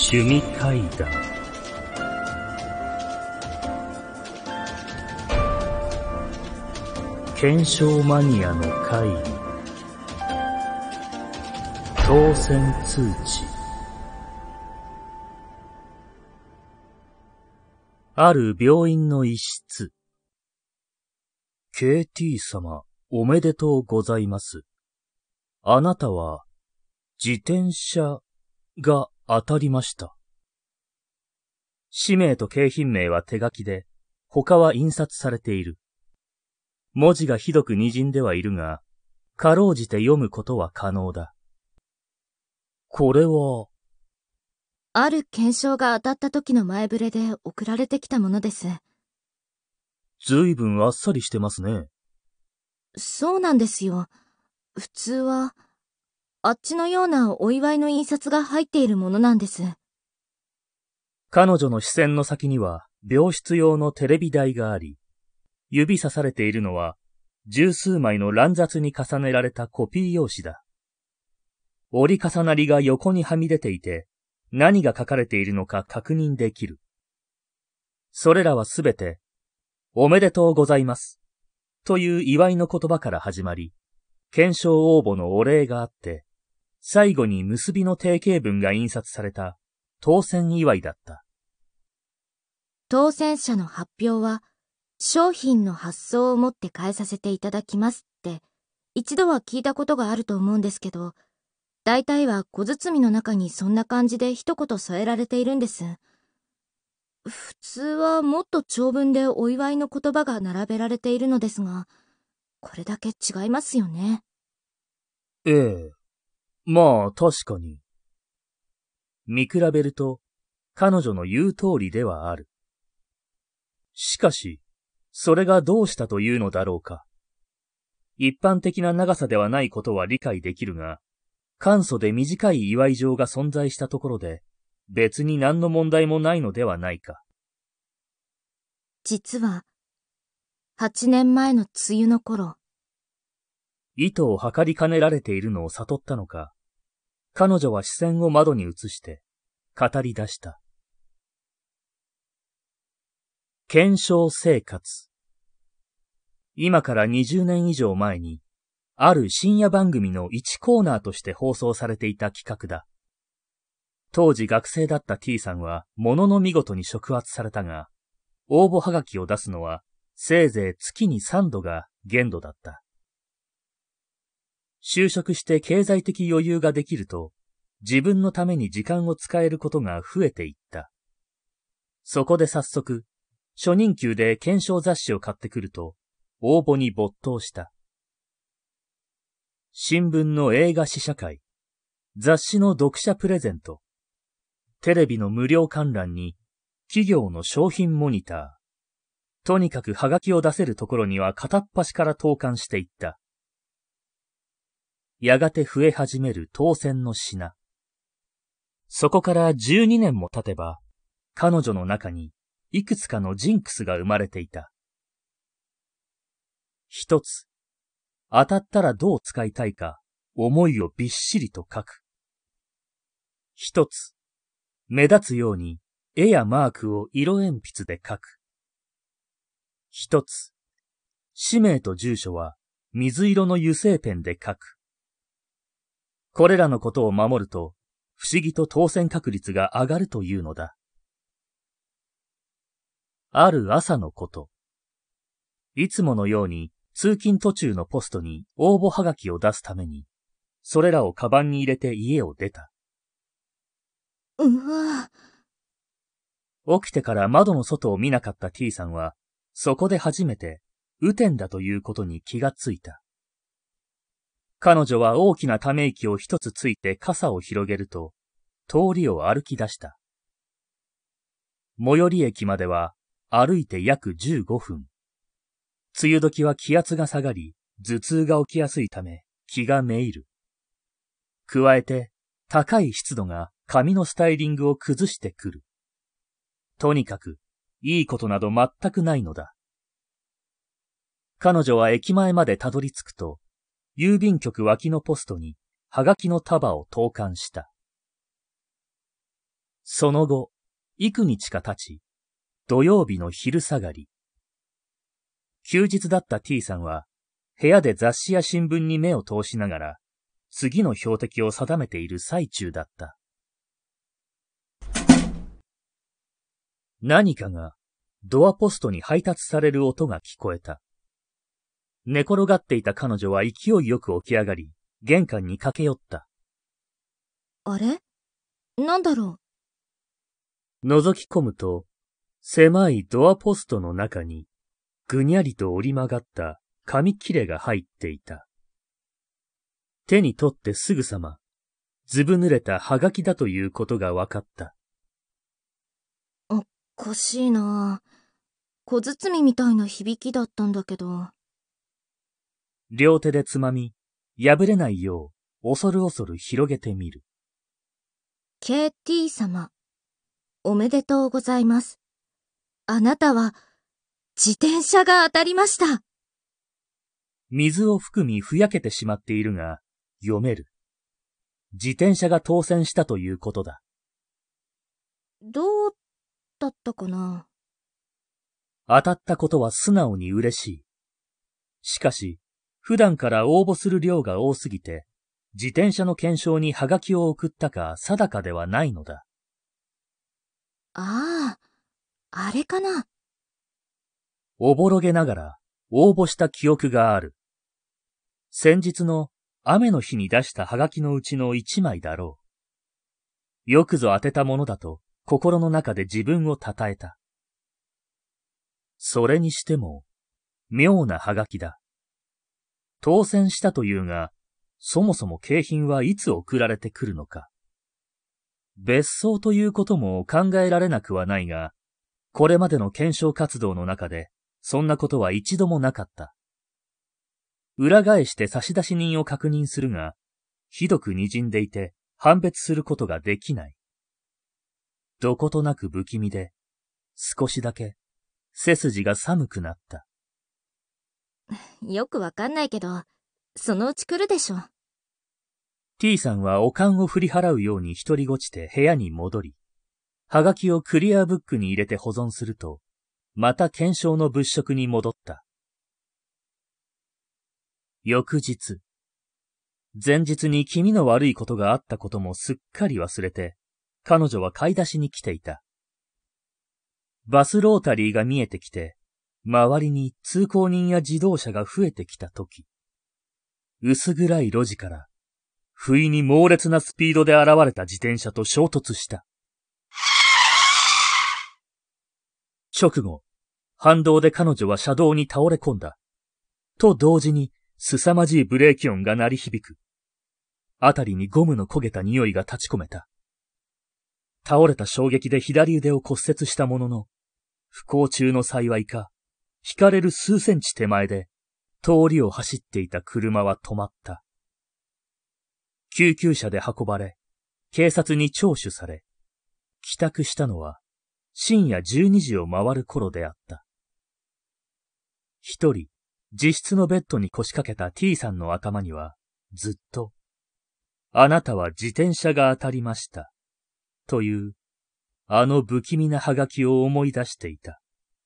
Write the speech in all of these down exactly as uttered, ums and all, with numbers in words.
趣味階段。検証マニアの会議。当選通知。ある病院の一室。ケーティー 様、おめでとうございます。あなたは、自転車が当たりました。氏名と景品名は手書きで、他は印刷されている。文字がひどく滲んではいるが、かろうじて読むことは可能だ。これは、 ある検証が当たった時の前触れで送られてきたものです。 ずいぶんあっさりしてますね。 そうなんですよ。普通は、あっちのようなお祝いの印刷が入っているものなんです。 彼女の視線の先には病室用のテレビ台があり、指さされているのは十数枚の乱雑に重ねられたコピー用紙だ。折り重なりが横にはみ出ていて、何が書かれているのか確認できる。それらはすべて、おめでとうございます、という祝いの言葉から始まり、検証応募のお礼があって、最後に結びの定型文が印刷された当選祝いだった。 当選者の発表は、商品の発送をもって返させていただきますって、一度は聞いたことがあると思うんですけど、大体は小包の中にそんな感じで一言添えられているんです。普通はもっと長文でお祝いの言葉が並べられているのですが、これだけ違いますよね。 ええ。まあ確かに。見比べると彼女の言う通りではある。しかし、それがどうしたというのだろうか。一般的な長さではないことは理解できるが、簡素で短い祝い状が存在したところで、別に何の問題もないのではないか。 実は、八年前の梅雨の頃、 意図を計りかねられているのを悟ったのか、彼女は視線を窓に移して、語り出した。検証生活。今からにじゅうねん以上前に、ある深夜番組の一コーナーとして放送されていた企画だ。当時学生だった T さんは、ものの見事に触発されたが、応募はがきを出すのは、せいぜい月にさんどが限度だった。就職して経済的余裕ができると、自分のために時間を使えることが増えていった。そこで早速、初任給で検証雑誌を買ってくると、応募に没頭した。新聞の映画試写会、雑誌の読者プレゼント、テレビの無料観覧に、企業の商品モニター。とにかくハガキを出せるところには片っ端から投函していった。やがて増え始める当選の品。そこからじゅうにねんも経てば、彼女の中にいくつかのジンクスが生まれていた。一つ、当たったらどう使いたいか、思いをびっしりと書く。一つ、目立つように絵やマークを色鉛筆で書く。一つ、氏名と住所は水色の油性ペンで書く。これらのことを守ると、不思議と当選確率が上がるというのだ。ある朝のこと。いつものように通勤途中のポストに応募はがきを出すために、それらをカバンに入れて家を出た。 うわ起きてから窓の外を見なかった T さんは、そこで初めて、雨天だということに気がついた。彼女は大きなため息を一つついて傘を広げると、通りを歩き出した。最寄り駅までは歩いて約じゅうごふん。梅雨時は気圧が下がり、頭痛が起きやすいため気がめいる。加えて、高い湿度が髪のスタイリングを崩してくる。とにかく、いいことなど全くないのだ。彼女は駅前までたどり着くと、郵便局脇のポストに、はがきの束を投函した。 その後、幾日か経ち、土曜日の昼下がり。休日だった T さんは、部屋で雑誌や新聞に目を通しながら、次の標的を定めている最中だった。何かがドアポストに配達される音が聞こえた。寝転がっていた彼女は勢いよく起き上がり、玄関に駆け寄った。 あれ？なんだろう。覗き込むと、狭いドアポストの中に、ぐにゃりと折り曲がった紙切れが入っていた。手に取ってすぐさま、ずぶ濡れたハガキだということが分かった。 おかしいな。小包みたいな響きだったんだけど。 両手でつまみ、破れないよう、恐る恐る広げてみる。 ケーティー 様、おめでとうございます。あなたは、自転車が当たりました。 水を含みふやけてしまっているが、読める。自転車が当選したということだ。 どうだったかな。 当たったことは素直に嬉しい。しかし、普段から応募する量が多すぎて、自転車の検証にハガキを送ったか定かではないのだ。 ああ、あれかな。 おぼろげながら応募した記憶がある。先日の雨の日に出したハガキのうちの一枚だろう。よくぞ当てたものだと心の中で自分を称えた。それにしても、妙なハガキだ。当選したというが、そもそも景品はいつ送られてくるのか。別荘ということも考えられなくはないが、これまでの検証活動の中で、そんなことは一度もなかった。裏返して差出人を確認するが、ひどく滲んでいて判別することができない。どことなく不気味で、少しだけ背筋が寒くなった。 よくわかんないけど、そのうち来るでしょ。 T さんはおかんを振り払うように一人ごちて部屋に戻り、はがきをクリアブックに入れて保存すると、また検証の物色に戻った。翌日。前日に気味の悪いことがあったこともすっかり忘れて、彼女は買い出しに来ていた。バスロータリーが見えてきて、周りに通行人や自動車が増えてきたとき、薄暗い路地から、不意に猛烈なスピードで現れた自転車と衝突した。直後、反動で彼女は車道に倒れ込んだ。と同時に、凄まじいブレーキ音が鳴り響く。あたりにゴムの焦げた匂いが立ち込めた。倒れた衝撃で左腕を骨折したものの、不幸中の幸いか、引かれる数センチ手前で、通りを走っていた車は止まった。救急車で運ばれ、警察に聴取され、帰宅したのは深夜じゅうにじを回る頃であった。一人、自室のベッドに腰掛けた T さんの頭には、ずっと、あなたは自転車が当たりました、という、あの不気味なハガキを思い出していた。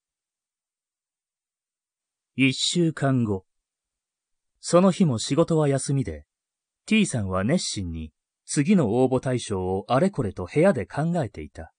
一週間後。その日も仕事は休みで、T さんは熱心に次の応募対象をあれこれと部屋で考えていた。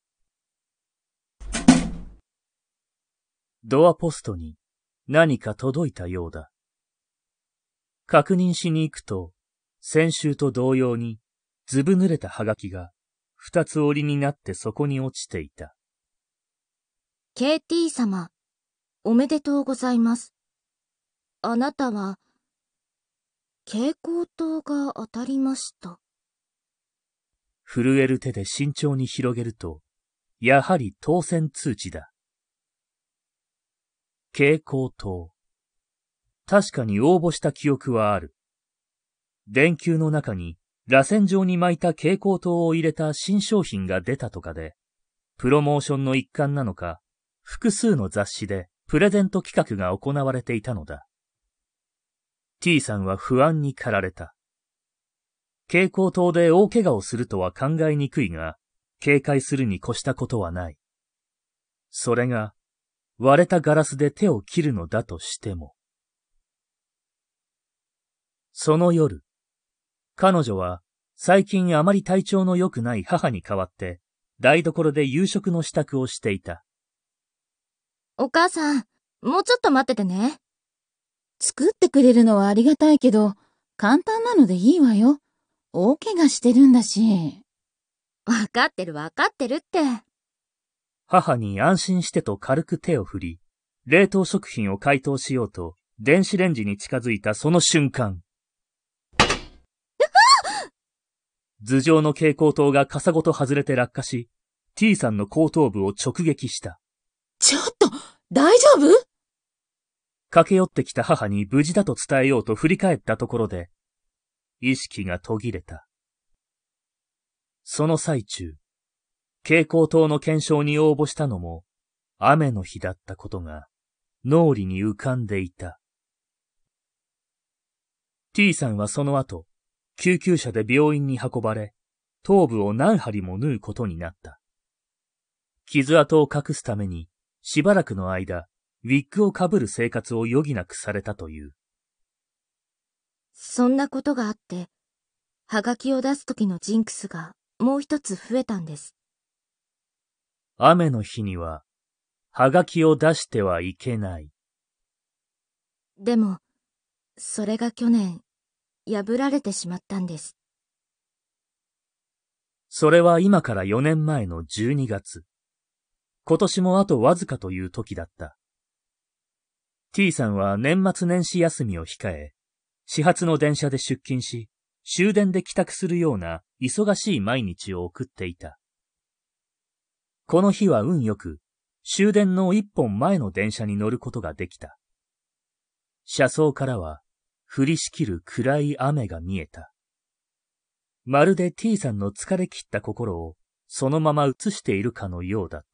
ドアポストに何か届いたようだ。確認しに行くと、先週と同様にずぶ濡れたハガキが二つ折りになってそこに落ちていた。 ケーティー 様、おめでとうございます。あなたは、蛍光灯が当たりました。 震える手で慎重に広げると、やはり当選通知だ。蛍光灯。確かに応募した記憶はある。電球の中に螺旋状に巻いた蛍光灯を入れた新商品が出たとかで、プロモーションの一環なのか、複数の雑誌でプレゼント企画が行われていたのだ。T さんは不安に駆られた。蛍光灯で大怪我をするとは考えにくいが、 警戒するに越したことはない。それが、割れたガラスで手を切るのだとしても。その夜、彼女は最近あまり体調の良くない母に代わって台所で夕食の支度をしていた。 お母さん、もうちょっと待っててね。 作ってくれるのはありがたいけど、簡単なのでいいわよ。大怪我してるんだし。 わかってるわかってるって。 母に安心してと軽く手を振り、冷凍食品を解凍しようと電子レンジに近づいたその瞬間。頭上の蛍光灯が傘ごと外れて落下し、T さんの後頭部を直撃した。 ちょっと、大丈夫？ 駆け寄ってきた母に無事だと伝えようと振り返ったところで、意識が途切れた。その最中、蛍光灯の検証に応募したのも、雨の日だったことが脳裏に浮かんでいた。T さんはその後、救急車で病院に運ばれ、頭部を何針も縫うことになった。傷跡を隠すために、しばらくの間、ウィッグをかぶる生活を余儀なくされたという。 そんなことがあって、はがきを出す時のジンクスがもう一つ増えたんです。 雨の日には、はがきを出してはいけない。 でも、それが去年、破られてしまったんです。 それは今からよねんまえのじゅうにがつ。今年もあとわずかという時だった。T さんは年末年始休みを控え、始発の電車で出勤し、終電で帰宅するような忙しい毎日を送っていた。この日は運よく、終電の一本前の電車に乗ることができた。車窓からは、降りしきる暗い雨が見えた。まるで T さんの疲れ切った心をそのまま映しているかのようだった。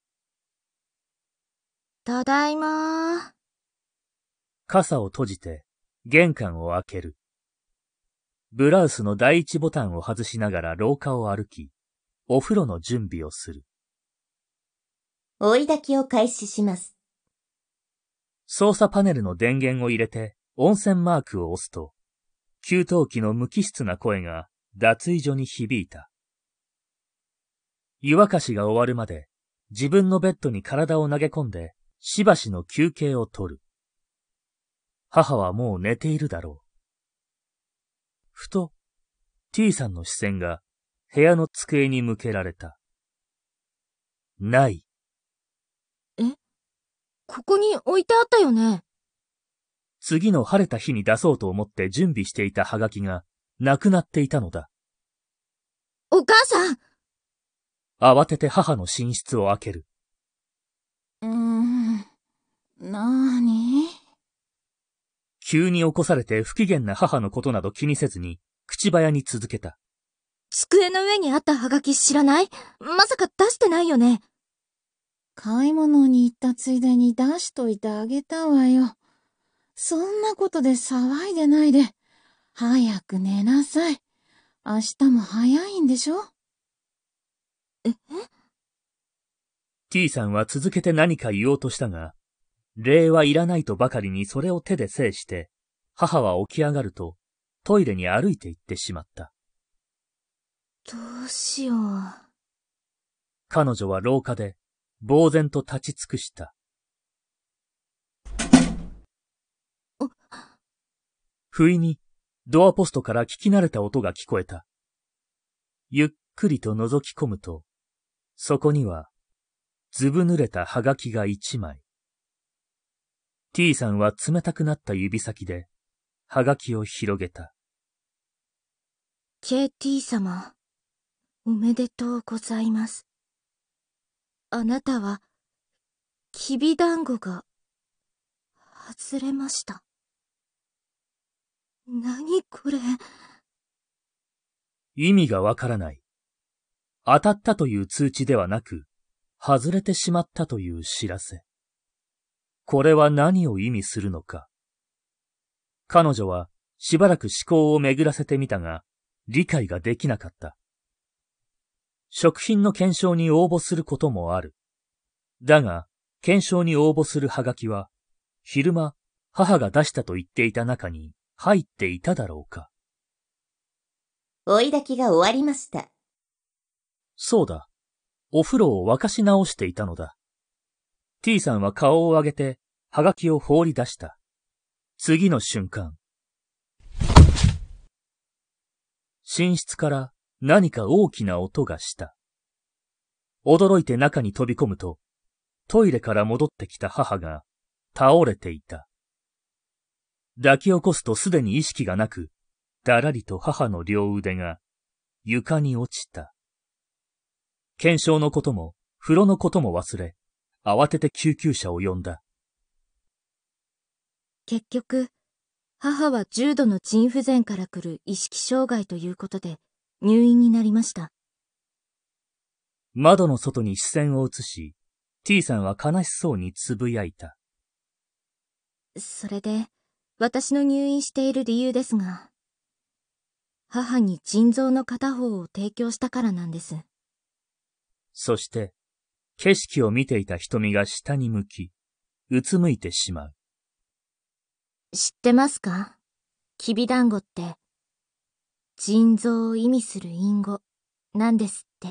ただいまー。 傘を閉じて玄関を開ける。ブラウスの第一ボタンを外しながら廊下を歩き、お風呂の準備をする。 追い焚きを開始します。 操作パネルの電源を入れて温泉マークを押すと、給湯器の無機質な声が脱衣所に響いた。湯沸かしが終わるまで自分のベッドに体を投げ込んでしばしの休憩を取る。母はもう寝ているだろう。ふと T さんの視線が部屋の机に向けられた。ない。 え？ここに置いてあったよね。 次の晴れた日に出そうと思って準備していたハガキがなくなっていたのだ。 お母さん！ 慌てて母の寝室を開ける。 うーん、なーに？ 急に起こされて不機嫌な母のことなど気にせずに口早に続けた。 机の上にあったハガキ知らない？まさか出してないよね。 買い物に行ったついでに出しといてあげたわよ。そんなことで騒いでないで、早く寝なさい。明日も早いんでしょ？ え？ T さんは続けて何か言おうとしたが、礼はいらないとばかりにそれを手で制して、母は起き上がるとトイレに歩いて行ってしまった。 どうしよう。 彼女は廊下で呆然と立ち尽くした。不意にドアポストから聞き慣れた音が聞こえた。ゆっくりと覗き込むと、そこにはずぶ濡れたハガキが一枚。T さんは冷たくなった指先でハガキを広げた。 ケーティー 様、おめでとうございます。あなたは、きびだんごが、外れました。なにこれ。 意味がわからない。当たったという通知ではなく、外れてしまったという知らせ。これは何を意味するのか。彼女はしばらく思考を巡らせてみたが、理解ができなかった。 食品の懸賞に応募することもある。だが、懸賞に応募するハガキは、昼間、母が出したと言っていた中に入っていただろうか。 追い炊きが終わりました。 そうだ。お風呂を沸かし直していたのだ。T さんは顔を上げて、ハガキを放り出した。次の瞬間。寝室から何か大きな音がした。驚いて中に飛び込むと、トイレから戻ってきた母が倒れていた。抱き起こすとすでに意識がなく、だらりと母の両腕が床に落ちた。検証のことも風呂のことも忘れ、慌てて救急車を呼んだ。 結局、母は重度の腎不全から来る意識障害ということで入院になりました。 窓の外に視線を移し、T さんは悲しそうにつぶやいた。 それで、私の入院している理由ですが、母に腎臓の片方を提供したからなんです。 そして、景色を見ていた瞳が下に向き、うつむいてしまう。 知ってますか？きびだんごって、腎臓を意味する隠語なんですって。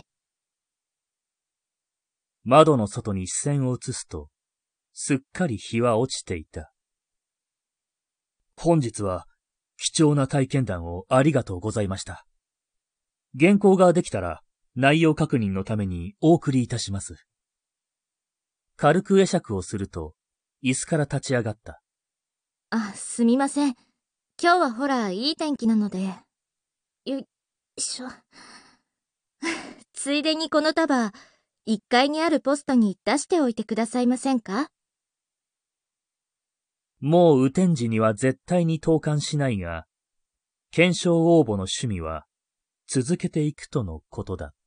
窓の外に視線を移すと、すっかり日は落ちていた。本日は貴重な体験談をありがとうございました。原稿ができたら内容確認のためにお送りいたします。軽く会釈をすると、椅子から立ち上がった。 あ、すみません。今日はほら、いい天気なので。よいしょ。ついでにこの束、いっかいにあるポストに出しておいてくださいませんか？ もう雨天時には絶対に投函しないが、検証応募の趣味は続けていくとのことだった。